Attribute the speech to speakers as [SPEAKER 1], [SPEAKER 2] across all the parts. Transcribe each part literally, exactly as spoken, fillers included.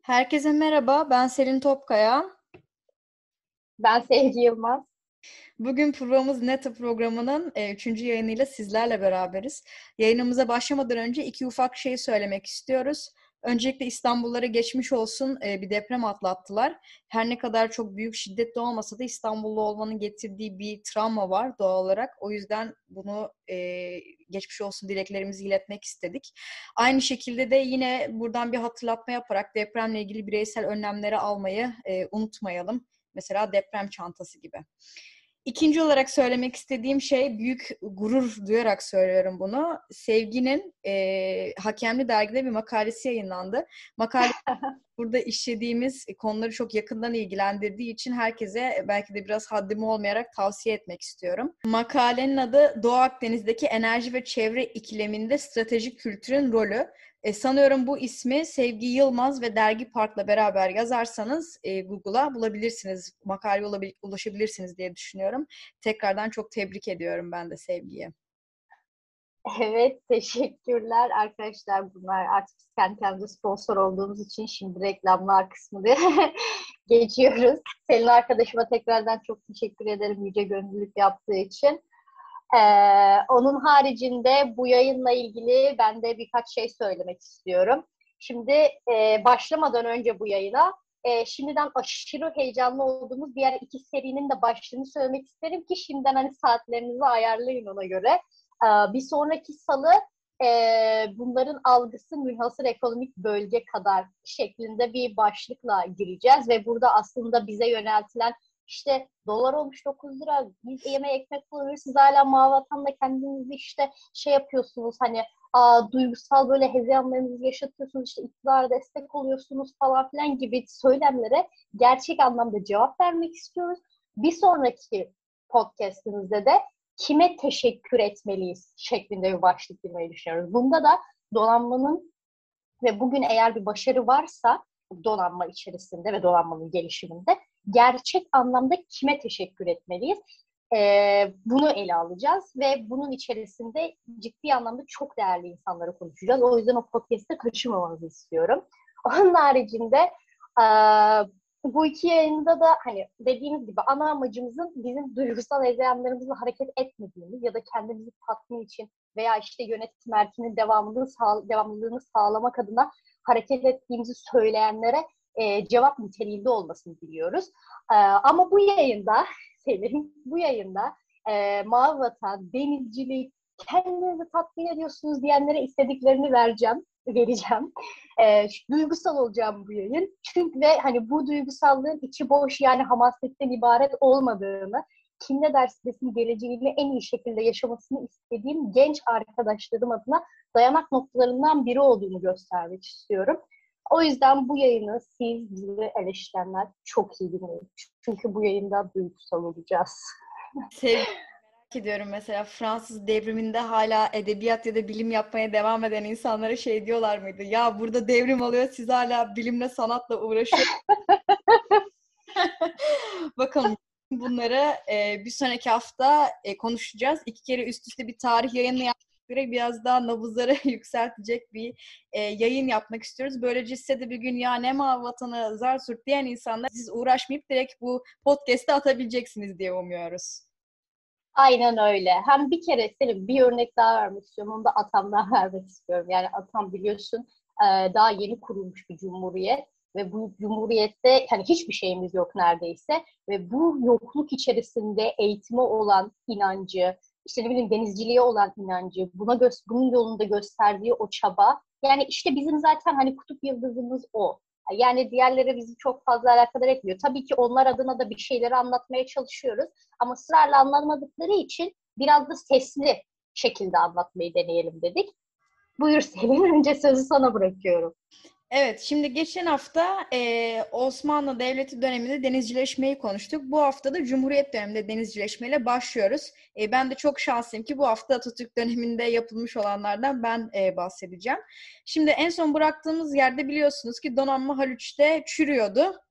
[SPEAKER 1] Herkese merhaba, ben Selin Topkaya.
[SPEAKER 2] Ben Sevgi Yılmaz.
[SPEAKER 1] Bugün programımız Neta programının e, üçüncü yayınıyla sizlerle beraberiz. Yayınımıza başlamadan önce iki ufak şey söylemek istiyoruz. Öncelikle İstanbullara geçmiş olsun, e, bir deprem atlattılar. Her ne kadar çok büyük şiddetli olmasa da İstanbullu olmanın getirdiği bir travma var doğal olarak. O yüzden bunu e, geçmiş olsun dileklerimizi iletmek istedik. Aynı şekilde de yine buradan bir hatırlatma yaparak depremle ilgili bireysel önlemleri almayı e, unutmayalım. Mesela deprem çantası gibi. İkinci olarak söylemek istediğim şey, büyük gurur duyarak söylüyorum bunu. Sevgi'nin e, Hakemli Dergi'de bir makalesi yayınlandı. Makale burada işlediğimiz konuları çok yakından ilgilendirdiği için herkese belki de biraz haddimi olmayarak tavsiye etmek istiyorum. Makalenin adı Doğu Akdeniz'deki enerji ve çevre ikileminde stratejik kültürün rolü. E, sanıyorum bu ismi Sevgi Yılmaz ve Dergi Park'la beraber yazarsanız e, Google'a bulabilirsiniz, makaleye ulabil- ulaşabilirsiniz diye düşünüyorum. Tekrardan çok tebrik ediyorum ben de Sevgi'ye.
[SPEAKER 2] Evet, teşekkürler arkadaşlar. Bunlar artık biz kendi kendimize sponsor olduğumuz için şimdi reklamlar kısmı diye geçiyoruz. Selin arkadaşıma tekrardan çok teşekkür ederim yüce gönüllülük yaptığı için. Ee, onun haricinde bu yayınla ilgili ben de birkaç şey söylemek istiyorum. Şimdi e, başlamadan önce bu yayına e, şimdiden aşırı heyecanlı olduğumuz diğer iki serinin de başlığını söylemek isterim ki şimdiden hani saatlerinizi ayarlayın ona göre. Ee, bir sonraki salı e, bunların algısı münhasır ekonomik bölge kadar şeklinde bir başlıkla gireceğiz ve burada aslında bize yöneltilen işte dolar olmuş dokuz lira, biz yemeğe ekmek buluruz, siz hala Mavi Vatan'da kendinizi işte şey yapıyorsunuz hani a, duygusal böyle hezeyanlarınızı yaşatıyorsunuz, işte iktidara destek oluyorsunuz falan filan gibi söylemlere gerçek anlamda cevap vermek istiyoruz. Bir sonraki podcastimizde de kime teşekkür etmeliyiz şeklinde bir başlık girmeyi düşünüyoruz. Bunda da donanmanın ve bugün eğer bir başarı varsa donanma içerisinde ve donanmanın gelişiminde gerçek anlamda kime teşekkür etmeliyiz? Ee, bunu ele alacağız ve bunun içerisinde ciddi anlamda çok değerli insanları konuşacağız. O yüzden o podcast'te kaçırmamanızı istiyorum. Onun haricinde e, bu iki yayında da hani dediğimiz gibi ana amacımızın bizim duygusal hezeyanlarımızla hareket etmediğimiz ya da kendimizi tatmin için veya işte yönetim erkinin devamlılığı sağ, devamlılığını sağlamak adına hareket ettiğimizi söyleyenlere e, cevap niteliğinde olmasını diliyoruz. E, ama bu yayında, Selim, bu yayında e, Mavi Vatan, denizcilik, kendinizi tatmin ediyorsunuz diyenlere istediklerini vereceğim, vereceğim. E, duygusal olacağım bu yayın. Çünkü ve hani bu duygusallığın içi boş yani hamasetten ibaret olmadığını, kim ne derse desin geleceğini en iyi şekilde yaşamasını istediğim genç arkadaşlarım adına dayanak noktalarından biri olduğunu göstermek istiyorum. O yüzden bu yayını siz, bizi eleştirenler çok iyi dinleyin. Çünkü bu yayında duygusal olacağız.
[SPEAKER 1] Sevgi ediyorum, mesela Fransız devriminde hala edebiyat ya da bilim yapmaya devam eden insanlara şey diyorlar mıydı? Ya burada devrim oluyor, siz hala bilimle sanatla uğraşıyorsunuz. Bakalım, bunları e, bir sonraki hafta e, konuşacağız. İki kere üst üste bir tarih yayını yapmak göre biraz daha nabızları yükseltecek bir e, yayın yapmak istiyoruz. Böylece size de bir gün ya ne mavi vatanı zar surt diyen insanlar siz uğraşmayıp direkt bu podcast'te atabileceksiniz diye umuyoruz.
[SPEAKER 2] Aynen öyle. Hem bir kere Selim bir örnek daha vermek istiyorum. Onu da atamdan vermek istiyorum. Yani atam biliyorsun e, daha yeni kurulmuş bir cumhuriyet ve bu cumhuriyette hani hiçbir şeyimiz yok neredeyse ve bu yokluk içerisinde eğitime olan inancı, işte ne bileyim denizciliğe olan inancı, buna gö- bunun yolunda gösterdiği o çaba. Yani işte bizim zaten hani kutup yıldızımız o. Yani diğerleri bizi çok fazla alakadar etmiyor. Tabii ki onlar adına da bir şeyleri anlatmaya çalışıyoruz. Ama ısrarla anlamadıkları için biraz da sesli şekilde anlatmayı deneyelim dedik. Buyur Selin, önce sözü sana bırakıyorum.
[SPEAKER 1] Evet, şimdi geçen hafta e, Osmanlı Devleti döneminde denizcileşmeyi konuştuk. Bu hafta da Cumhuriyet döneminde denizcileşmeyle başlıyoruz. E, ben de çok şanslıyım ki bu hafta Atatürk döneminde yapılmış olanlardan ben e, bahsedeceğim. Şimdi en son bıraktığımız yerde biliyorsunuz ki donanma Haliç'te çürüyordu.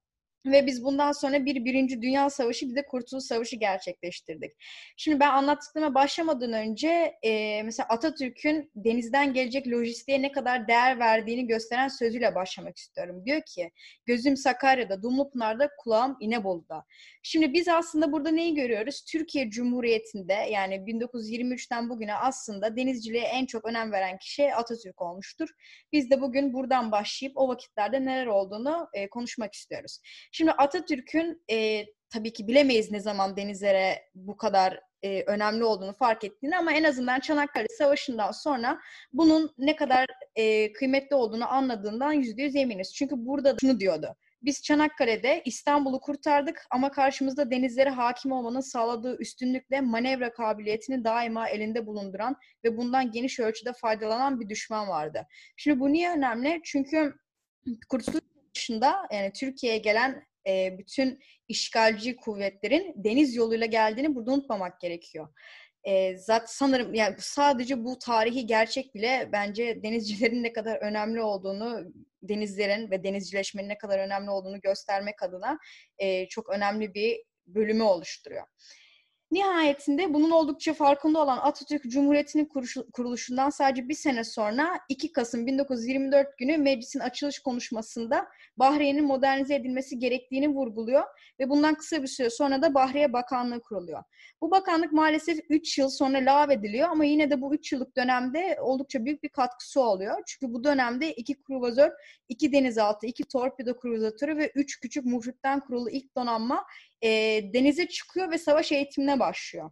[SPEAKER 1] Ve biz bundan sonra bir Birinci Dünya Savaşı bir de Kurtuluş Savaşı gerçekleştirdik. Şimdi ben anlattıklarıma başlamadan önce e, mesela Atatürk'ün denizden gelecek lojistiğe ne kadar değer verdiğini gösteren sözüyle başlamak istiyorum. Diyor ki, gözüm Sakarya'da, Dumlupınar'da, kulağım İnebolu'da. Şimdi biz aslında burada neyi görüyoruz? Türkiye Cumhuriyeti'nde, yani bin dokuz yüz yirmi üçten bugüne aslında denizciliğe en çok önem veren kişi Atatürk olmuştur. Biz de bugün buradan başlayıp o vakitlerde neler olduğunu e, konuşmak istiyoruz. Şimdi Atatürk'ün e, tabii ki bilemeyiz ne zaman denizlere bu kadar e, önemli olduğunu fark ettiğini, ama en azından Çanakkale Savaşı'ndan sonra bunun ne kadar e, kıymetli olduğunu anladığından yüzde yüz eminiz. Çünkü burada şunu diyordu: biz Çanakkale'de İstanbul'u kurtardık ama karşımızda denizlere hakim olmanın sağladığı üstünlükle manevra kabiliyetini daima elinde bulunduran ve bundan geniş ölçüde faydalanan bir düşman vardı. Şimdi bu niye önemli? Çünkü Kurtuluş Savaşı'nda, yani Türkiye'ye gelen e, bütün işgalci kuvvetlerin deniz yoluyla geldiğini burada unutmamak gerekiyor. E, zaten sanırım yani sadece bu tarihi gerçek bile bence denizcilerin ne kadar önemli olduğunu, denizlerin ve denizcileşmenin ne kadar önemli olduğunu göstermek adına e, çok önemli bir bölümü oluşturuyor. Nihayetinde bunun oldukça farkında olan Atatürk, Cumhuriyeti'nin kuruluşundan sadece bir sene sonra iki Kasım bin dokuz yüz yirmi dört günü meclisin açılış konuşmasında Bahriye'nin modernize edilmesi gerektiğini vurguluyor ve bundan kısa bir süre sonra da Bahriye Bakanlığı kuruluyor. Bu bakanlık maalesef üç yıl sonra lağvediliyor ama yine de bu üç yıllık dönemde oldukça büyük bir katkısı oluyor. Çünkü bu dönemde iki kruvazör, iki denizaltı, iki torpido kruvazatörü ve üç küçük muhritten kurulu ilk donanma e, denize çıkıyor ve savaş eğitimine başlıyor.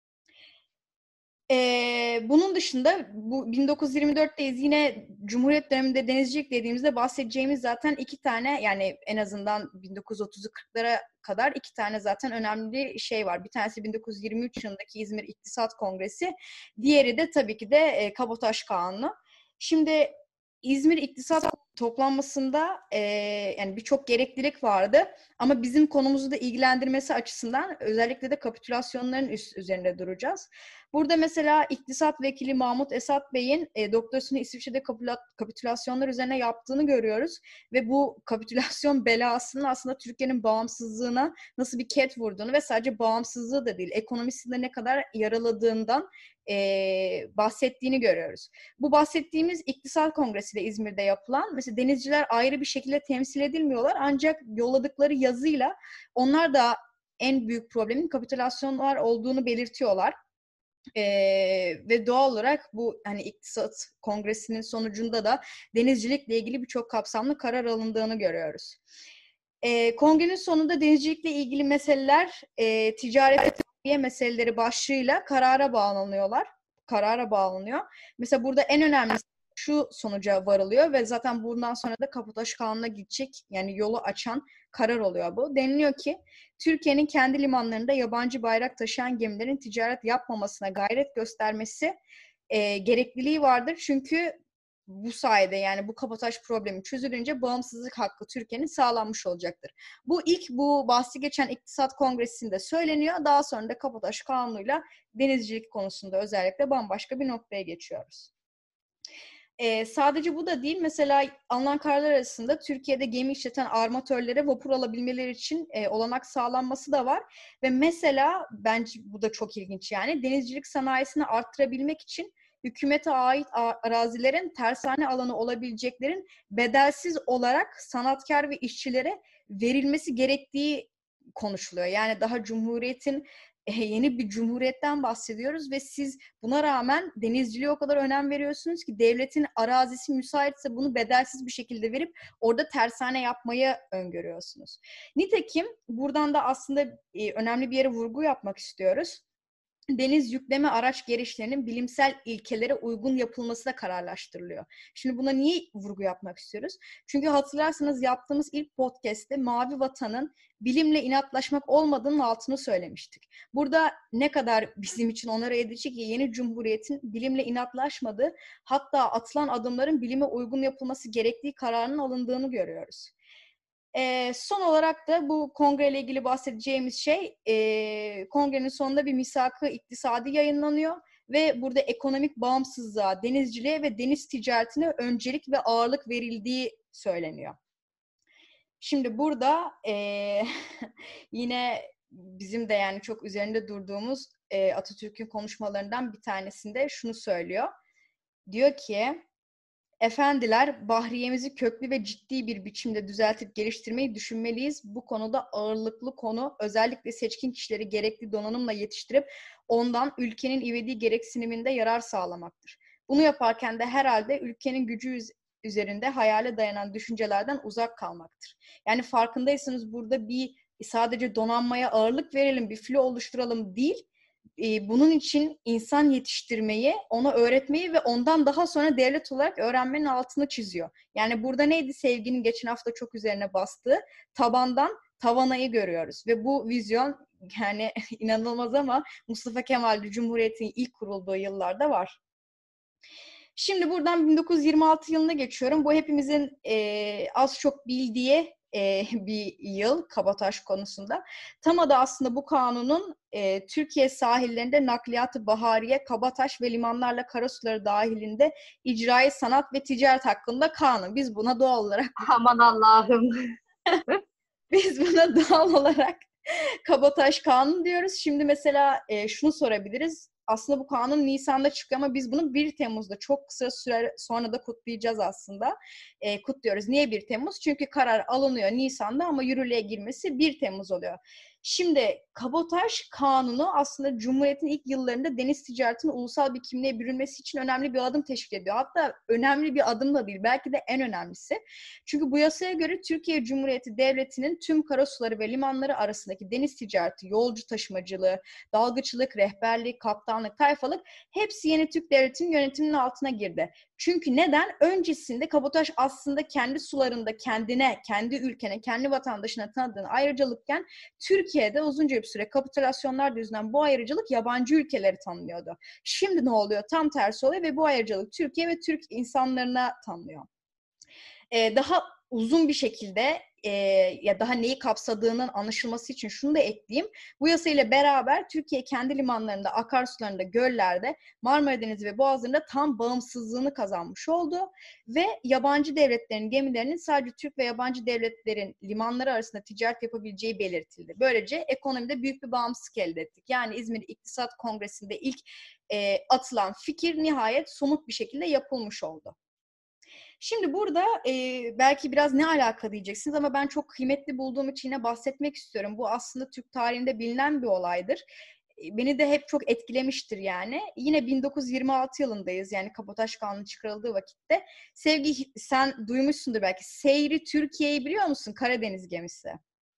[SPEAKER 1] Ee, bunun dışında bu bin dokuz yüz yirmi dörtteyiz, yine Cumhuriyet döneminde denizcilik dediğimizde bahsedeceğimiz zaten iki tane, yani en azından bin dokuz yüz otuzlu kırklara kadar iki tane zaten önemli şey var. Bir tanesi bin dokuz yüz yirmi üç yılındaki İzmir İktisat Kongresi, diğeri de tabii ki de e, Kabataş Kanunu. Şimdi İzmir İktisat toplanmasında e, yani birçok gereklilik vardı ama bizim konumuzu da ilgilendirmesi açısından özellikle de kapitülasyonların üst, üzerinde duracağız. Burada mesela İktisat Vekili Mahmut Esat Bey'in e, doktorasını İsviçre'de kapitülasyonlar üzerine yaptığını görüyoruz ve bu kapitülasyon belasının aslında Türkiye'nin bağımsızlığına nasıl bir ket vurduğunu ve sadece bağımsızlığı da değil, ekonomisinde ne kadar yaraladığından e, bahsettiğini görüyoruz. Bu bahsettiğimiz İktisat Kongresi de İzmir'de yapılan, mesela denizciler ayrı bir şekilde temsil edilmiyorlar ancak yolladıkları yazıyla onlar da en büyük problemin kapitülasyonlar olduğunu belirtiyorlar. Ee, ve doğal olarak bu hani İktisat Kongresi'nin sonucunda da denizcilikle ilgili birçok kapsamlı karar alındığını görüyoruz. Ee, kongrenin sonunda denizcilikle ilgili meseleler e, ticaret ve tahliye meseleleri başlığıyla karara bağlanıyorlar. Karara bağlanıyor. Mesela burada en önemlisi şu sonuca varılıyor ve zaten bundan sonra da Kabataş Kanunu'na gidecek, yani yolu açan karar oluyor bu. Deniliyor ki Türkiye'nin kendi limanlarında yabancı bayrak taşıyan gemilerin ticaret yapmamasına gayret göstermesi e, gerekliliği vardır. Çünkü bu sayede, yani bu kabataş problemi çözülünce bağımsızlık hakkı Türkiye'nin sağlanmış olacaktır. Bu ilk bu bahsi geçen İktisat Kongresi'nde söyleniyor. Daha sonra da Kabataş Kanunu'yla denizcilik konusunda özellikle bambaşka bir noktaya geçiyoruz. Ee, sadece bu da değil, mesela alınan kararlar arasında Türkiye'de gemi işleten armatörlere vapur alabilmeleri için e, olanak sağlanması da var. Ve mesela bence bu da çok ilginç, yani denizcilik sanayisini arttırabilmek için hükümete ait arazilerin tersane alanı olabileceklerin bedelsiz olarak sanatkar ve işçilere verilmesi gerektiği konuşuluyor. Yani daha Cumhuriyet'in yeni bir cumhuriyetten bahsediyoruz ve siz buna rağmen denizciliğe o kadar önem veriyorsunuz ki devletin arazisi müsaitse bunu bedelsiz bir şekilde verip orada tersane yapmayı öngörüyorsunuz. Nitekim buradan da aslında önemli bir yere vurgu yapmak istiyoruz. Deniz yükleme araç gelişlerinin bilimsel ilkelere uygun yapılması da kararlaştırılıyor. Şimdi buna niye vurgu yapmak istiyoruz? Çünkü hatırlarsanız yaptığımız ilk podcast'te Mavi Vatan'ın bilimle inatlaşmak olmadığının altını söylemiştik. Burada ne kadar bizim için onur edici ki yeni cumhuriyetin bilimle inatlaşmadığı, hatta atılan adımların bilime uygun yapılması gerektiği kararının alındığını görüyoruz. E, son olarak da bu kongreyle ilgili bahsedeceğimiz şey, e, kongrenin sonunda bir misak-ı iktisadi yayınlanıyor ve burada ekonomik bağımsızlığa, denizciliğe ve deniz ticaretine öncelik ve ağırlık verildiği söyleniyor. Şimdi burada e, yine bizim de yani çok üzerinde durduğumuz e, Atatürk'ün konuşmalarından bir tanesinde şunu söylüyor. Diyor ki, efendiler, Bahriyemizi köklü ve ciddi bir biçimde düzeltip geliştirmeyi düşünmeliyiz. Bu konuda ağırlıklı konu özellikle seçkin kişileri gerekli donanımla yetiştirip ondan ülkenin ivedi gereksiniminde yarar sağlamaktır. Bunu yaparken de herhalde ülkenin gücü üzerinde hayale dayanan düşüncelerden uzak kalmaktır. Yani farkındaysanız burada bir sadece donanmaya ağırlık verelim, bir filo oluşturalım değil, bunun için insan yetiştirmeyi, ona öğretmeyi ve ondan daha sonra devlet olarak öğrenmenin altını çiziyor. Yani burada neydi Sevgi'nin geçen hafta çok üzerine bastığı? Tabandan tavanayı görüyoruz. Ve bu vizyon yani inanılmaz ama Mustafa Kemal'de Cumhuriyet'in ilk kurulduğu yıllarda var. Şimdi buradan bin dokuz yüz yirmi altı yılına geçiyorum. Bu hepimizin e, az çok bildiği e, bir yıl kabataş konusunda. Tam adı aslında bu kanunun e, Türkiye sahillerinde nakliyat-ı bahariye, kabataş ve limanlarla karasuları dahilinde icraî sanat ve ticaret hakkında kanun. Biz buna doğal olarak
[SPEAKER 2] Aman Allah'ım.
[SPEAKER 1] biz buna doğal olarak kabataş kanunu diyoruz. Şimdi mesela e, şunu sorabiliriz. Aslında bu kanun Nisan'da çıkıyor ama biz bunu bir Temmuz'da çok kısa süre sonra da kutlayacağız aslında. E, kutluyoruz. Niye bir Temmuz? Çünkü karar alınıyor Nisan'da ama yürürlüğe girmesi bir Temmuz oluyor. Şimdi kabataş kanunu aslında Cumhuriyet'in ilk yıllarında deniz ticaretinin ulusal bir kimliğe bürünmesi için önemli bir adım teşkil ediyor. Hatta önemli bir adım da değil, belki de en önemlisi. Çünkü bu yasaya göre Türkiye Cumhuriyeti Devleti'nin tüm karasuları ve limanları arasındaki deniz ticareti, yolcu taşımacılığı, dalgıçlık, rehberlik, kaptanlık, tayfalık hepsi yeni Türk Devleti'nin yönetiminin altına girdi. Çünkü neden? Öncesinde kabataş aslında kendi sularında kendine, kendi ülkene, kendi vatandaşına tanıdığın ayrıcalıkken Türkiye'de uzunca bir süre kapitülasyonlar yüzünden bu ayrıcalık yabancı ülkeleri tanımlıyordu. Şimdi ne oluyor? Tam tersi oluyor ve bu ayrıcalık Türkiye ve Türk insanlarına tanınıyor. Ee, daha uzun bir şekilde e, ya daha neyi kapsadığının anlaşılması için şunu da ekleyeyim. Bu yasayla beraber Türkiye kendi limanlarında, akarsularında, göllerde, Marmara Denizi ve Boğazlarında tam bağımsızlığını kazanmış oldu ve yabancı devletlerin gemilerinin sadece Türk ve yabancı devletlerin limanları arasında ticaret yapabileceği belirtildi. Böylece ekonomide büyük bir bağımsızlık elde ettik. Yani İzmir İktisat Kongresi'nde ilk e, atılan fikir nihayet somut bir şekilde yapılmış oldu. Şimdi burada e, belki biraz ne alaka diyeceksiniz ama ben çok kıymetli bulduğum için yine bahsetmek istiyorum. Bu aslında Türk tarihinde bilinen bir olaydır. E, beni de hep çok etkilemiştir yani. Yine bin dokuz yüz yirmi altı yılındayız yani Kabataş Kanunu çıkarıldığı vakitte. Sevgi, sen duymuşsundur belki. Seyri Türkiye'yi biliyor musun? Karadeniz gemisi.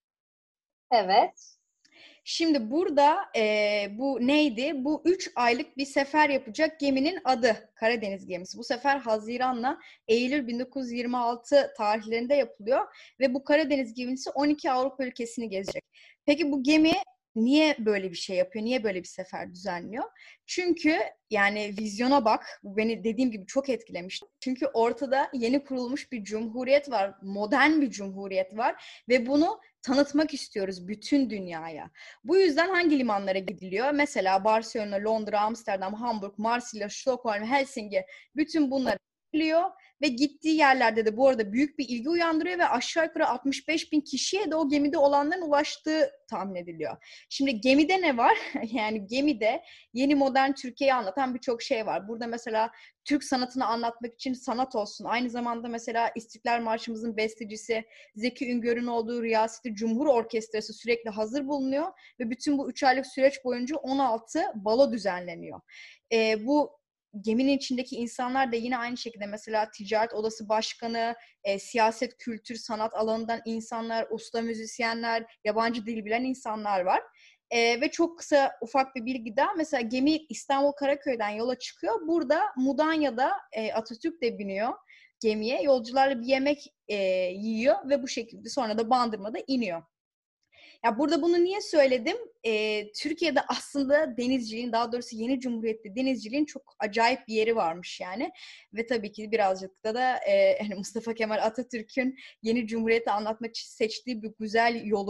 [SPEAKER 2] Evet.
[SPEAKER 1] Şimdi burada e, bu neydi? Bu üç aylık bir sefer yapacak geminin adı Karadeniz gemisi. Bu sefer Haziran'la Eylül bin dokuz yüz yirmi altı tarihlerinde yapılıyor ve bu Karadeniz gemisi on iki Avrupa ülkesini gezecek. Peki bu gemi niye böyle bir şey yapıyor? Niye böyle bir sefer düzenliyor? Çünkü yani vizyona bak, bu beni dediğim gibi çok etkilemişti. Çünkü ortada yeni kurulmuş bir cumhuriyet var, modern bir cumhuriyet var ve bunu tanıtmak istiyoruz bütün dünyaya. Bu yüzden hangi limanlara gidiliyor? Mesela Barcelona, Londra, Amsterdam, Hamburg, Marsilya, Stockholm, Helsinki, bütün bunlara gidiliyor ve gittiği yerlerde de bu arada büyük bir ilgi uyandırıyor ve aşağı yukarı altmış beş bin kişiye de o gemide olanların ulaştığı tahmin ediliyor. Şimdi gemide ne var? Yani gemide yeni modern Türkiye'yi anlatan birçok şey var. Burada mesela Türk sanatını anlatmak için sanat olsun. Aynı zamanda mesela İstiklal Marşımızın bestecisi Zeki Üngör'ün olduğu Riyaseti Cumhur Orkestrası sürekli hazır bulunuyor ve bütün bu üç aylık süreç boyunca on altı balo düzenleniyor. E, bu geminin içindeki insanlar da yine aynı şekilde mesela ticaret odası başkanı, e, siyaset, kültür, sanat alanından insanlar, usta müzisyenler, yabancı dil bilen insanlar var. E, ve çok kısa ufak bir bilgi daha. Mesela gemi İstanbul Karaköy'den yola çıkıyor. Burada Mudanya'da e, Atatürk de biniyor gemiye. Yolcularla bir yemek e, yiyor ve bu şekilde sonra da Bandırma'da iniyor. Ya burada bunu niye söyledim? Ee, Türkiye'de aslında denizciliğin, daha doğrusu yeni cumhuriyette denizciliğin çok acayip bir yeri varmış yani. Ve tabii ki birazcık da da e, Mustafa Kemal Atatürk'ün yeni cumhuriyeti anlatmak için seçtiği bir güzel yolu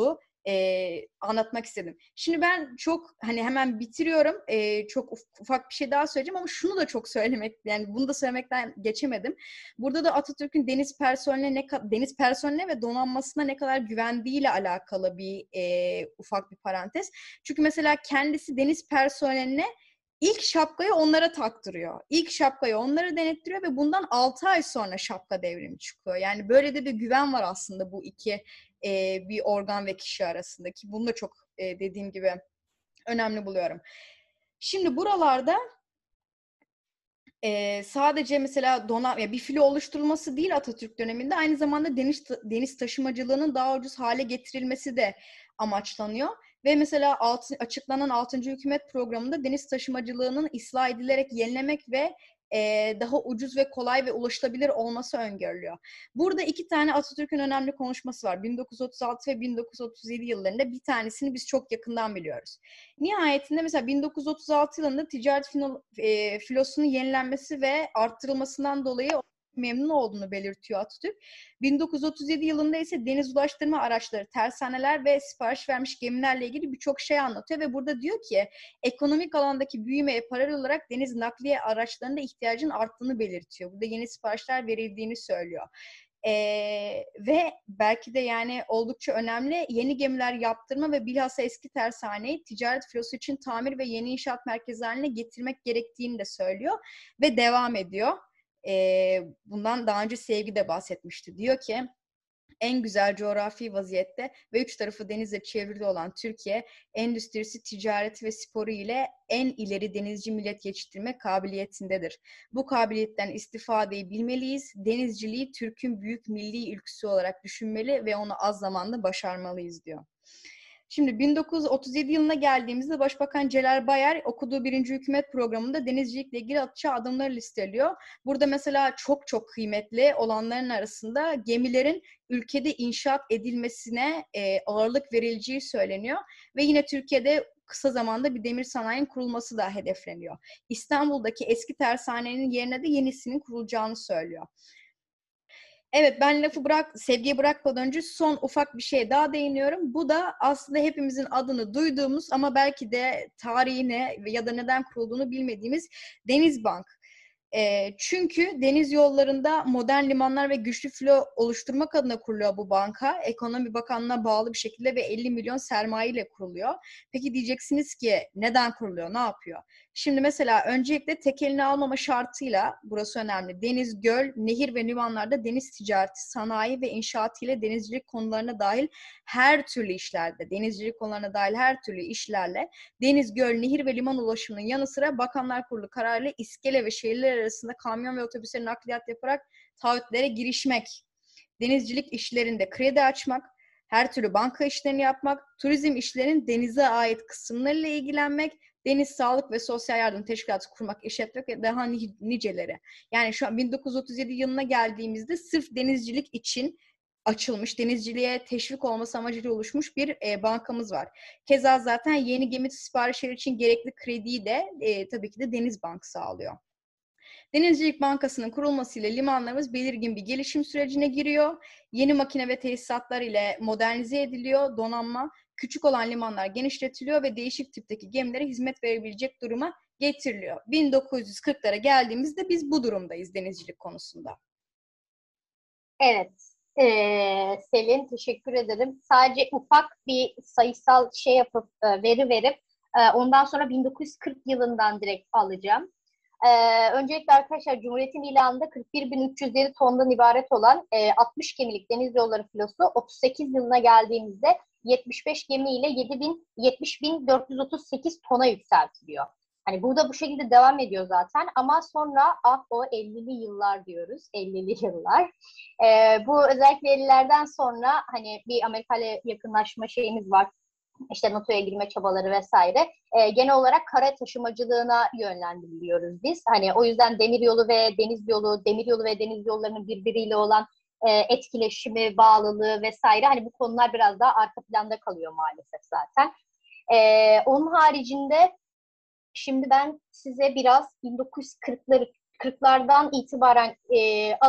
[SPEAKER 1] e, anlatmak istedim. Şimdi ben çok hani hemen bitiriyorum. E, çok ufak bir şey daha söyleyeceğim ama şunu da çok söylemek, yani bunu da söylemekten geçemedim. Burada da Atatürk'ün deniz personeline ne deniz personeline ve donanmasına ne kadar güvendiğiyle alakalı bir e, ufak bir parantez. Çünkü mesela kendisi deniz personeline İlk şapkayı onlara taktırıyor. İlk şapkayı onlara denettiriyor ve bundan altı ay sonra şapka devrimi çıkıyor. Yani böyle de bir güven var aslında bu iki e, bir organ ve kişi arasındaki. Bunu da çok e, dediğim gibi önemli buluyorum. Şimdi buralarda e, sadece mesela donan, ya bir filo oluşturulması değil Atatürk döneminde, aynı zamanda deniz deniz taşımacılığının daha ucuz hale getirilmesi de amaçlanıyor. Ve mesela altı, açıklanan altıncı hükümet programında deniz taşımacılığının ıslah edilerek yenilemek ve e, daha ucuz ve kolay ve ulaşılabilir olması öngörülüyor. Burada iki tane Atatürk'ün önemli konuşması var. bin dokuz yüz otuz altı ve bin dokuz yüz otuz yedi yıllarında, bir tanesini biz çok yakından biliyoruz. Nihayetinde mesela bin dokuz yüz otuz altı yılında ticaret filo, e, filosunun yenilenmesi ve arttırılmasından dolayı memnun olduğunu belirtiyor Atatürk. bin dokuz yüz otuz yedi yılında ise deniz ulaştırma araçları, tersaneler ve sipariş vermiş gemilerle ilgili birçok şey anlatıyor ve burada diyor ki ekonomik alandaki büyümeye paralel olarak deniz nakliye araçlarında ihtiyacın arttığını belirtiyor. Burada yeni siparişler verildiğini söylüyor. Ee, ve belki de yani oldukça önemli, yeni gemiler yaptırma ve bilhassa eski tersaneyi ticaret filosu için tamir ve yeni inşaat merkezi haline getirmek gerektiğini de söylüyor ve devam ediyor. Ee, bundan daha önce Sevgi de bahsetmişti. Diyor ki en güzel coğrafi vaziyette ve üç tarafı denizle çevrili olan Türkiye, endüstrisi, ticareti ve sporu ile en ileri denizci millet yetiştirme kabiliyetindedir. Bu kabiliyetten istifadeyi bilmeliyiz. Denizciliği Türk'ün büyük milli ülküsü olarak düşünmeli ve onu az zamanda başarmalıyız diyor. Şimdi bin dokuz yüz otuz yedi yılına geldiğimizde Başbakan Celal Bayar okuduğu birinci hükümet programında denizcilikle ilgili atacağı adımları listeliyor. Burada mesela çok çok kıymetli olanların arasında gemilerin ülkede inşaat edilmesine e, ağırlık verileceği söyleniyor. Ve yine Türkiye'de kısa zamanda bir demir sanayinin kurulması da hedefleniyor. İstanbul'daki eski tersanenin yerine de yenisinin kurulacağını söylüyor. Evet, ben lafı bırak, Sevgi'ye bırakmadan önce son ufak bir şeye daha değiniyorum. Bu da aslında hepimizin adını duyduğumuz ama belki de tarihine ya da neden kurulduğunu bilmediğimiz Denizbank. E, çünkü deniz yollarında modern limanlar ve güçlü filo oluşturmak adına kuruluyor bu banka. Ekonomi Bakanlığı'na bağlı bir şekilde ve elli milyon sermaye ile kuruluyor. Peki diyeceksiniz ki neden kuruluyor, ne yapıyor? Şimdi mesela öncelikle tekelini almama şartıyla, burası önemli, deniz, göl, nehir ve limanlarda deniz ticareti, sanayi ve inşaatı ile denizcilik konularına dahil her türlü işlerde, denizcilik konularına dahil her türlü işlerle deniz, göl, nehir ve liman ulaşımının yanı sıra Bakanlar Kurulu kararıyla iskele ve şehirler arasında kamyon ve otobüsleri nakliyat yaparak taahhütlere girişmek, denizcilik işlerinde kredi açmak, her türlü banka işlerini yapmak, turizm işlerinin denize ait kısımlarıyla ilgilenmek, deniz sağlık ve sosyal yardım teşkilatı kurmak, işletmek ve daha niceleri. Yani şu an bin dokuz yüz otuz yedi yılına geldiğimizde sırf denizcilik için açılmış, denizciliğe teşvik olması amacıyla oluşmuş bir e, bankamız var. Keza zaten yeni gemi siparişleri için gerekli krediyi de e, tabii ki de Denizbank sağlıyor. Denizcilik Bankası'nın kurulmasıyla limanlarımız belirgin bir gelişim sürecine giriyor. Yeni makine ve tesisatlar ile modernize ediliyor, donanma, küçük olan limanlar genişletiliyor ve değişik tipteki gemilere hizmet verebilecek duruma getiriliyor. bin dokuz yüz kırklara geldiğimizde biz bu durumdayız denizcilik konusunda.
[SPEAKER 2] Evet. Ee, Selin, teşekkür ederim. Sadece ufak bir sayısal şey yapıp e, veri verip e, ondan sonra bin dokuz yüz kırk yılından direkt alacağım. Ee, öncelikle arkadaşlar Cumhuriyet'in ilanında kırk bir bin üç yüz yedi tondan ibaret olan e, altmış gemilik deniz yolları filosu otuz sekiz yılına geldiğimizde yetmiş beş gemiyle yetmiş bin dört yüz otuz sekiz tona yükseltiliyor. Hani burada bu şekilde devam ediyor zaten ama sonra ah o ellili yıllar diyoruz. ellili yıllar. Ee, bu özellikle ellilerden sonra hani bir Amerika ile yakınlaşma şeyimiz var. İşte NATO'ya girme çabaları vesaire. E, genel olarak kara taşımacılığına yönlendiriliyoruz biz. Hani o yüzden demiryolu ve deniz yolu, demiryolu ve deniz yollarının birbiriyle olan e, etkileşimi, bağlılığı vesaire. Hani bu konular biraz daha arka planda kalıyor maalesef zaten. E, onun haricinde şimdi ben size biraz bin dokuz yüz kırklardan itibaren e, alıp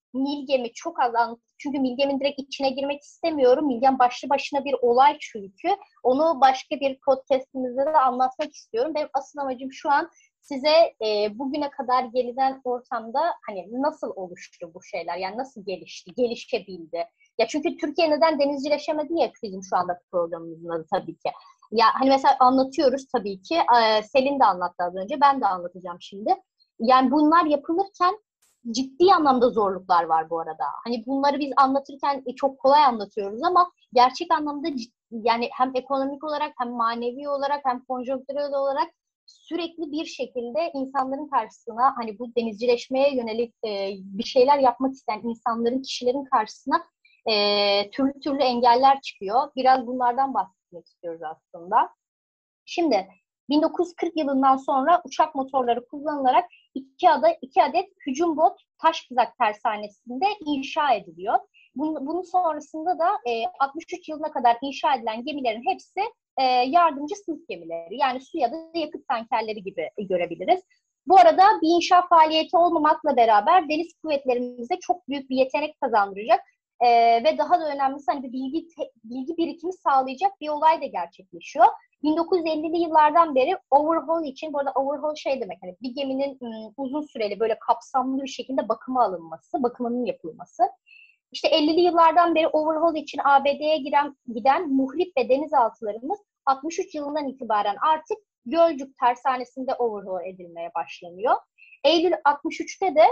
[SPEAKER 2] Milgem'i çok az anlat. Çünkü Milgem'in direkt içine girmek istemiyorum. Milgem başlı başına bir olay çünkü. Onu başka bir podcastimizde de anlatmak istiyorum. Benim asıl amacım şu an size e, bugüne kadar gelinen ortamda hani nasıl oluştu bu şeyler? Yani nasıl gelişti, gelişebildi? Ya çünkü Türkiye neden denizcileşemedi ya bizim şu anda programımızın adı tabii ki. Ya hani mesela anlatıyoruz tabii ki. E, Selin de anlattı az önce. Ben de anlatacağım şimdi. Yani bunlar yapılırken ciddi anlamda zorluklar var bu arada. Hani bunları biz anlatırken e, çok kolay anlatıyoruz ama gerçek anlamda ciddi, yani hem ekonomik olarak hem manevi olarak hem konjonktürel olarak sürekli bir şekilde insanların karşısına hani bu denizcileşmeye yönelik e, bir şeyler yapmak isteyen insanların, kişilerin karşısına e, türlü türlü engeller çıkıyor. Biraz bunlardan bahsetmek istiyoruz aslında. Şimdi bin dokuz yüz kırk yılından sonra uçak motorları kullanılarak iki, ada, iki adet hücum bot Taşkızak tersanesinde inşa ediliyor. Bunun, bunun sonrasında da e, altmış üç yılına kadar inşa edilen gemilerin hepsi e, yardımcı sınıf gemileri. Yani su ya da yakıt tankerleri gibi görebiliriz. Bu arada bir inşa faaliyeti olmamakla beraber deniz kuvvetlerimize çok büyük bir yetenek kazandıracak e, ve daha da önemlisi hani bir bilgi, bilgi birikimi sağlayacak bir olay da gerçekleşiyor. bin dokuz yüz ellili yıllardan beri overhaul için, bu arada overhaul şey demek, hani bir geminin ım, uzun süreli böyle kapsamlı bir şekilde bakıma alınması, bakımının yapılması. İşte ellili yıllardan beri overhaul için A B D'ye giren, giden muhrip ve denizaltılarımız altmış üç yılından itibaren artık Gölcük tersanesinde overhaul edilmeye başlanıyor. Eylül altmış üçte de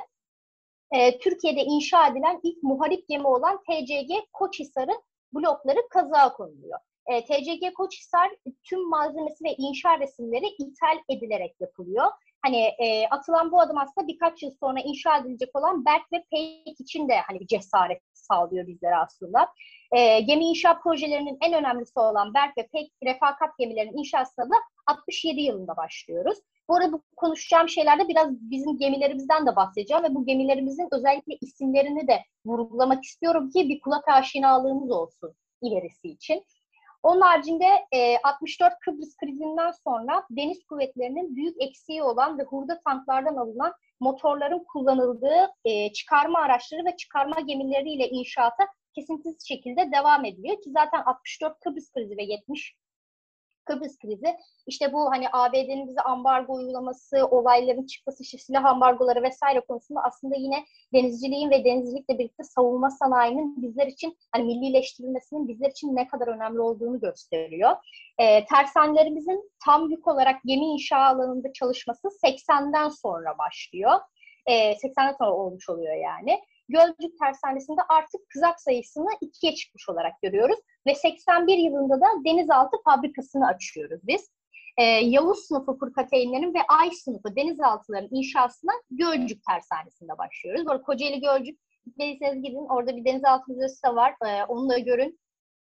[SPEAKER 2] e, Türkiye'de inşa edilen ilk muharip gemi olan T C G Koçhisar'ı blokları kazığa konuluyor. E, T C G Koçhisar tüm malzemesi ve inşa resimleri ithal edilerek yapılıyor. Hani e, atılan bu adım aslında birkaç yıl sonra inşa edilecek olan Berk ve Peyk için de hani bir cesaret sağlıyor bizlere aslında. E, gemi inşa projelerinin en önemlisi olan Berk ve Peyk refakat gemilerinin inşasına da altmış yedi yılında başlıyoruz. Bu arada bu konuşacağım şeylerde biraz bizim gemilerimizden de bahsedeceğim ve bu gemilerimizin özellikle isimlerini de vurgulamak istiyorum ki bir kulak aşinalığımız olsun ilerisi için. Onun haricinde e, altmış dört Kıbrıs krizinden sonra deniz kuvvetlerinin büyük eksiği olan ve hurda tanklardan alınan motorların kullanıldığı e, çıkarma araçları ve çıkarma gemileriyle inşaata kesintisiz şekilde devam ediliyor ki zaten altmış dört Kıbrıs krizi ve yetmiş Kıbrıs krizi işte bu hani A B D'nin bize ambargo uygulaması, olayların çıkması, işte silah ambargoları vesaire konusunda aslında yine denizciliğin ve denizcilikle birlikte savunma sanayinin bizler için hani millileştirilmesinin bizler için ne kadar önemli olduğunu gösteriyor. E, tersanelerimizin tam yük olarak gemi inşa alanında çalışması seksenden sonra başlıyor. E, seksenden sonra olmuş oluyor yani. Gölcük tersanesinde artık kızak sayısını ikiye çıkmış olarak görüyoruz. Ve seksen bir yılında da denizaltı fabrikasını açıyoruz biz. Ee, Yavuz sınıfı fırkateynlerin ve Ay sınıfı denizaltıların inşasına Gölcük tersanesinde başlıyoruz. Bu arada Kocaeli Gölcük, gitmediyseniz gidin, orada bir denizaltı müzesi de var. Ee, onu da görün.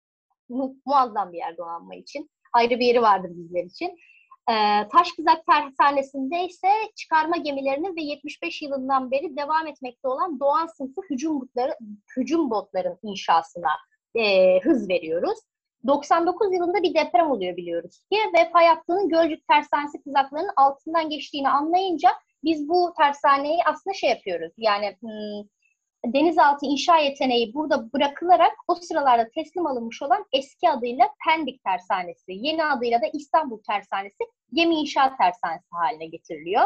[SPEAKER 2] Mu muazzam bir yer donanma için. Ayrı bir yeri vardır bizler için. Ee, Taşkızak tersanesinde ise çıkarma gemilerinin ve yetmiş beş yılından beri devam etmekte olan Doğan sınıfı hücum botları, hücum botların inşasına e, hız veriyoruz. doksan dokuz yılında bir deprem oluyor biliyoruz ki ve fay hattının Gölcük tersanesi kızaklarının altından geçtiğini anlayınca biz bu tersaneyi aslında şey yapıyoruz. Yani hmm, denizaltı inşa yeteneği burada bırakılarak o sıralarda teslim alınmış olan eski adıyla Pendik Tersanesi, yeni adıyla da İstanbul Tersanesi gemi inşaat tersanesi haline getiriliyor.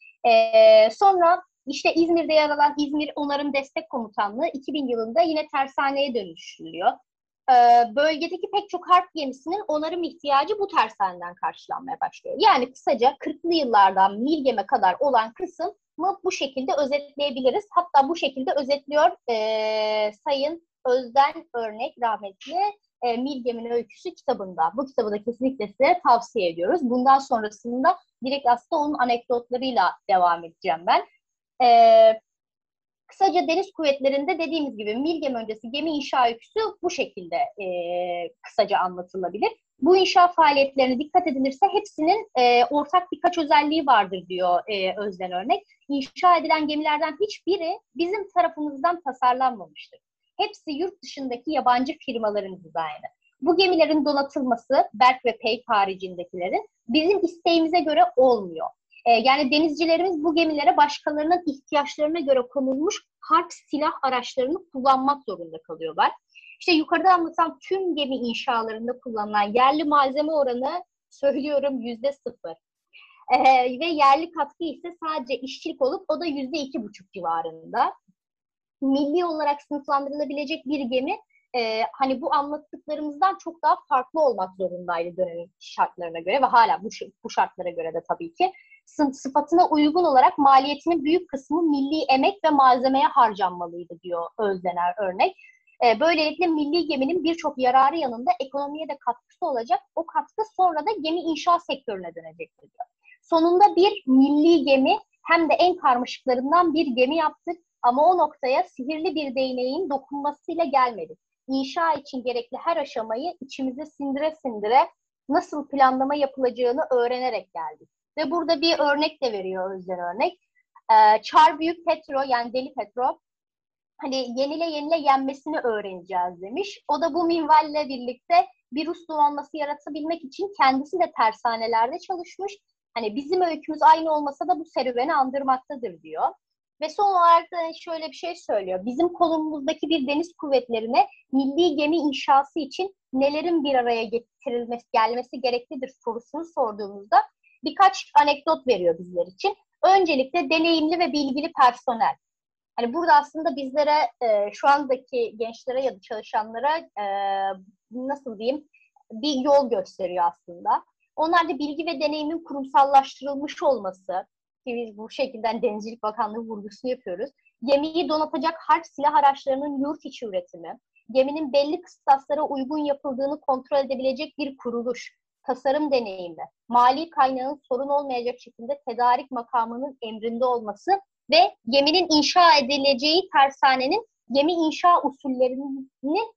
[SPEAKER 2] Ee, sonra işte İzmir'de yer alan İzmir Onarım Destek Komutanlığı iki bin yılında yine tersaneye dönüştürülüyor. Ee, bölgedeki pek çok harp gemisinin onarım ihtiyacı bu tersaneden karşılanmaya başlıyor. Yani kısaca kırklı yıllardan Milgem'e kadar olan kısım mı bu şekilde özetleyebiliriz. Hatta bu şekilde özetliyor e, Sayın Özden Örnek rahmetli e, Milgem'in Öyküsü kitabında. Bu kitabı da kesinlikle size tavsiye ediyoruz. Bundan sonrasında direkt aslında onun anekdotlarıyla devam edeceğim ben. E, kısaca deniz kuvvetlerinde dediğimiz gibi Milgem öncesi gemi inşa öyküsü bu şekilde e, kısaca anlatılabilir. Bu inşa faaliyetlerine dikkat edilirse hepsinin e, ortak birkaç özelliği vardır diyor e, Özden Örnek. İnşa edilen gemilerden hiçbiri bizim tarafımızdan tasarlanmamıştır. Hepsi yurt dışındaki yabancı firmaların dizaynı. Bu gemilerin donatılması, Berk ve Peyk haricindekilerin bizim isteğimize göre olmuyor. E, yani denizcilerimiz bu gemilere başkalarının ihtiyaçlarına göre konulmuş harp silah araçlarını kullanmak zorunda kalıyorlar. İşte yukarıda anlatılan tüm gemi inşalarında kullanılan yerli malzeme oranı söylüyorum yüzde sıfır. Ee, ve yerli katkı ise sadece işçilik olup o da yüzde iki buçuk civarında. Milli olarak sınıflandırılabilecek bir gemi e, hani bu anlattıklarımızdan çok daha farklı olmak zorundaydı dönemin şartlarına göre ve hala bu, bu şartlara göre de tabii ki. Sıfatına uygun olarak maliyetinin büyük kısmı milli emek ve malzemeye harcanmalıydı diyor Özdener örnek. E, böylelikle milli geminin birçok yararı yanında ekonomiye de katkısı olacak. O katkı sonra da gemi inşaat sektörüne dönecektir diyor. Sonunda bir milli gemi hem de en karmaşıklarından bir gemi yaptık ama o noktaya sihirli bir değneğin dokunmasıyla gelmedik. İnşa için gerekli her aşamayı içimize sindire sindire nasıl planlama yapılacağını öğrenerek geldik. Ve burada bir örnek de veriyor Özden örnek. Ee, Çar Büyük Petro yani Deli Petro hani yenile yenile yenmesini öğreneceğiz demiş. O da bu minvalle birlikte bir Rus donanması yaratabilmek için kendisi de tersanelerde çalışmış. Hani bizim öykümüz aynı olmasa da bu serüveni andırmaktadır diyor. Ve son olarak da şöyle bir şey söylüyor. Bizim konumumuzdaki bir deniz kuvvetlerine milli gemi inşası için nelerin bir araya getirilmesi, gelmesi gereklidir sorusunu sorduğumuzda birkaç anekdot veriyor bizler için. Öncelikle deneyimli ve bilgili personel. Hani burada aslında bizlere, e, şu andaki gençlere ya da çalışanlara e, nasıl diyeyim bir yol gösteriyor aslında. Onlarda bilgi ve deneyimin kurumsallaştırılmış olması, ki biz bu şekilde Denizcilik Bakanlığı vurgusunu yapıyoruz. Gemiyi donatacak harp silah araçlarının yurt içi üretimi, geminin belli kıstaslara uygun yapıldığını kontrol edebilecek bir kuruluş, tasarım deneyimi, mali kaynağın sorun olmayacak şekilde tedarik makamının emrinde olması ve geminin inşa edileceği tersanenin gemi inşa usullerinin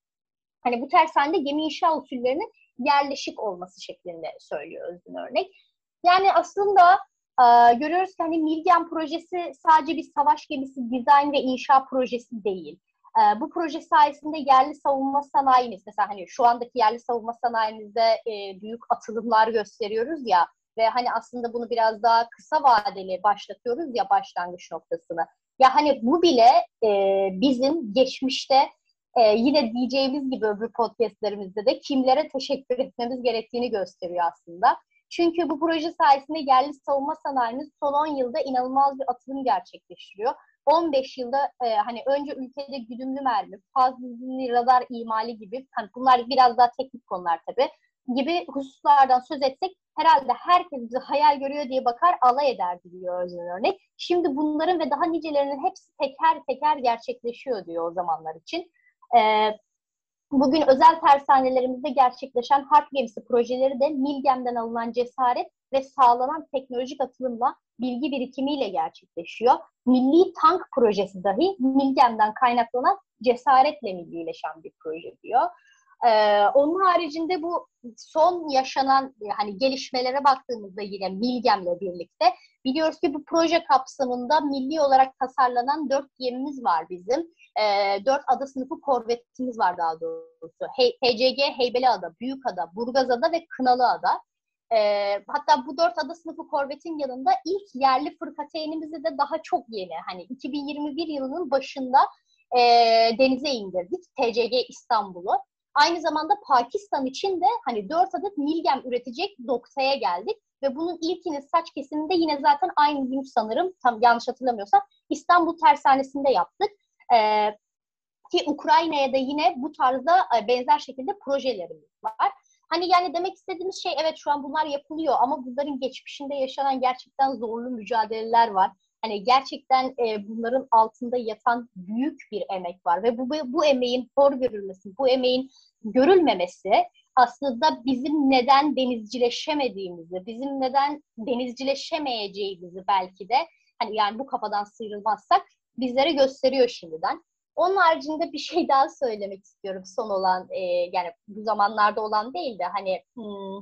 [SPEAKER 2] hani bu tersanede gemi inşa usullerinin yerleşik olması şeklinde söylüyor Özgün örnek. Yani aslında e, görüyoruz ki hani Milgem projesi sadece bir savaş gemisi dizayn ve inşa projesi değil. E, bu proje sayesinde yerli savunma sanayimiz, mesela hani şu andaki yerli savunma sanayimizde e, büyük atılımlar gösteriyoruz ya ve hani aslında bunu biraz daha kısa vadeli başlatıyoruz ya başlangıç noktasını. Ya hani bu bile e, bizim geçmişte Ee, yine diyeceğimiz gibi öbür podcastlerimizde de kimlere teşekkür etmemiz gerektiğini gösteriyor aslında. Çünkü bu proje sayesinde yerli savunma sanayimiz son on yılda inanılmaz bir atılım gerçekleştiriyor. on beş yılda e, hani önce ülkede güdümlü mermi, fazla radar imali gibi, hani bunlar biraz daha teknik konular tabii, gibi hususlardan söz etsek herhalde herkes bizi hayal görüyor diye bakar alay eder diyor Özden örnek. Şimdi bunların ve daha nicelerinin hepsi teker teker gerçekleşiyor diyor o zamanlar için. Ee, bugün özel tersanelerimizde gerçekleşen harp gemisi projeleri de Milgem'den alınan cesaret ve sağlanan teknolojik atılımla bilgi birikimiyle gerçekleşiyor. Milli tank projesi dahi Milgem'den kaynaklanan cesaretle millileşen bir proje diyor. Ee, onun haricinde bu son yaşanan hani gelişmelere baktığımızda yine Milgem'le birlikte biliyoruz ki bu proje kapsamında milli olarak tasarlanan dört gemimiz var bizim. E, dört ada sınıfı korvetimiz var daha doğrusu. He, T C G, Heybeliada, Büyükada, Burgazada ve Kınalıada. E, hatta bu dört ada sınıfı korvetin yanında ilk yerli fırkateynimizi de daha çok yeni. Hani iki bin yirmi bir yılının başında e, denize indirdik. T C G İstanbul'u. Aynı zamanda Pakistan için de hani dört adet Milgem üretecek noktaya geldik. Ve bunun ilkini saç kesiminde yine zaten aynı gün sanırım, tam yanlış hatırlamıyorsam İstanbul Tersanesi'nde yaptık. Ee, ki Ukrayna'ya da yine bu tarzda e, benzer şekilde projelerimiz var. Hani yani demek istediğimiz şey evet şu an bunlar yapılıyor ama bunların geçmişinde yaşanan gerçekten zorlu mücadeleler var. Hani gerçekten e, bunların altında yatan büyük bir emek var ve bu, bu emeğin hor görülmesi, bu emeğin görülmemesi aslında bizim neden denizcileşemediğimizi, bizim neden denizcileşemeyeceğimizi belki de hani yani bu kafadan sıyrılmazsak bizlere gösteriyor şimdiden. Onun haricinde bir şey daha söylemek istiyorum son olan, e, yani bu zamanlarda olan değil de hani hmm,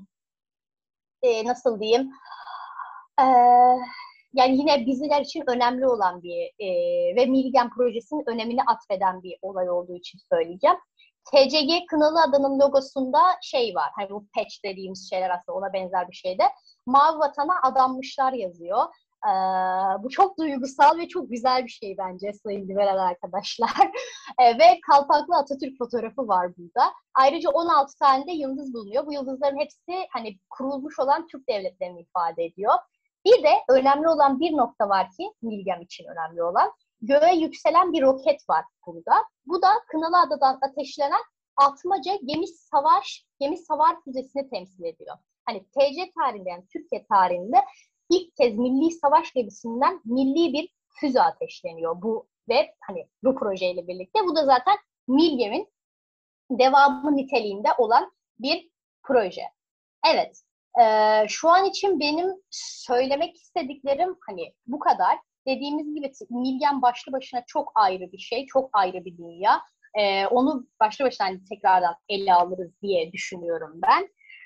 [SPEAKER 2] e, nasıl diyeyim, e, yani yine bizler için önemli olan bir e, ve Milgem projesinin önemini atfeden bir olay olduğu için söyleyeceğim. T C G Kınalı Ada'nın logosunda şey var. Hani bu patch dediğimiz şeyler aslında ona benzer bir şeyde. Mavi vatana adanmışlar yazıyor. Ee, bu çok duygusal ve çok güzel bir şey bence sayın liberal arkadaşlar. ee, ve kalpaklı Atatürk fotoğrafı var burada. Ayrıca on altı tane de yıldız bulunuyor. Bu yıldızların hepsi hani kurulmuş olan Türk devletlerini ifade ediyor. Bir de önemli olan bir nokta var ki Milgem için önemli olan. Göğe yükselen bir roket var burada. Bu da Kınalı Ada'dan ateşlenen Atmaca gemi savaş gemi savar füzesini temsil ediyor. Hani T C tarihinde yani Türkiye tarihinde ilk kez milli savaş gemisinden milli bir füze ateşleniyor. Bu ve hani bu projeyle birlikte bu da zaten Milgem'in devamı niteliğinde olan bir proje. Evet. Ee, şu an için benim söylemek istediklerim hani bu kadar. Dediğimiz gibi Milgem başlı başına çok ayrı bir şey, çok ayrı bir dünya. Ee, onu başlı başına hani tekrardan ele alırız diye düşünüyorum ben.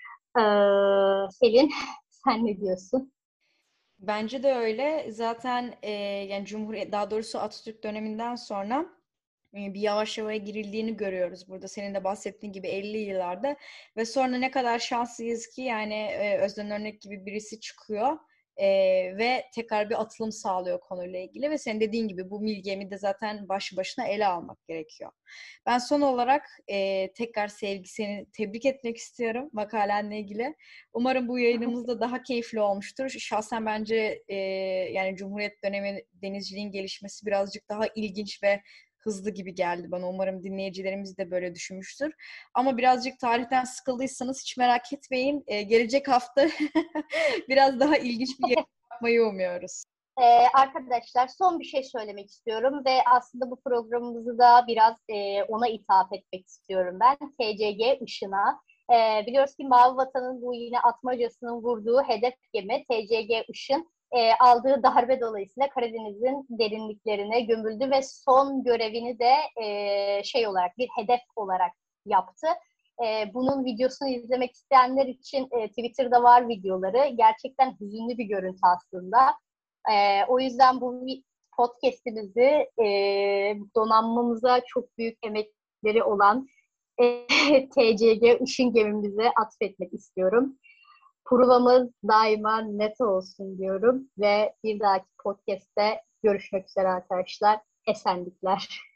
[SPEAKER 2] Ee, Selin, sen ne diyorsun?
[SPEAKER 1] Bence de öyle. Zaten e, yani Cumhuriyet, daha doğrusu Atatürk döneminden sonra e, bir yavaş yavaş girildiğini görüyoruz burada. Senin de bahsettiğin gibi elli yıllarda ve sonra ne kadar şanslıyız ki yani e, Özden Örnek gibi birisi çıkıyor e, ve tekrar bir atılım sağlıyor konuyla ilgili ve senin dediğin gibi bu Milgem'i de zaten başlı başına ele almak gerekiyor. Ben son olarak e, tekrar Sevgi seni tebrik etmek istiyorum makalenle ilgili. Umarım bu yayınımız da daha keyifli olmuştur. Şahsen bence e, yani Cumhuriyet dönemi denizciliğin gelişmesi birazcık daha ilginç ve hızlı gibi geldi bana. Umarım dinleyicilerimiz de böyle düşünmüştür. Ama birazcık tarihten sıkıldıysanız hiç merak etmeyin. Ee, gelecek hafta biraz daha ilginç bir yayın yapmayı umuyoruz.
[SPEAKER 2] Ee, arkadaşlar son bir şey söylemek istiyorum ve aslında bu programımızı da biraz e, ona ithaf etmek istiyorum ben. T C G Işın'a. Ee, biliyoruz ki Mavi Vatan'ın bu yine atmacasının vurduğu hedef gemi T C G Işın e, aldığı darbe dolayısıyla Karadeniz'in derinliklerine gömüldü ve son görevini de e, şey olarak bir hedef olarak yaptı. E, bunun videosunu izlemek isteyenler için e, Twitter'da var videoları. Gerçekten hüzünlü bir görüntü aslında. Ee, o yüzden bu podcast'imizi e, donanmamıza çok büyük emekleri olan e, T C G Işın gemimize atfetmek istiyorum. Provamız daima net olsun diyorum ve bir dahaki podcast'te görüşmek üzere arkadaşlar. Esenlikler.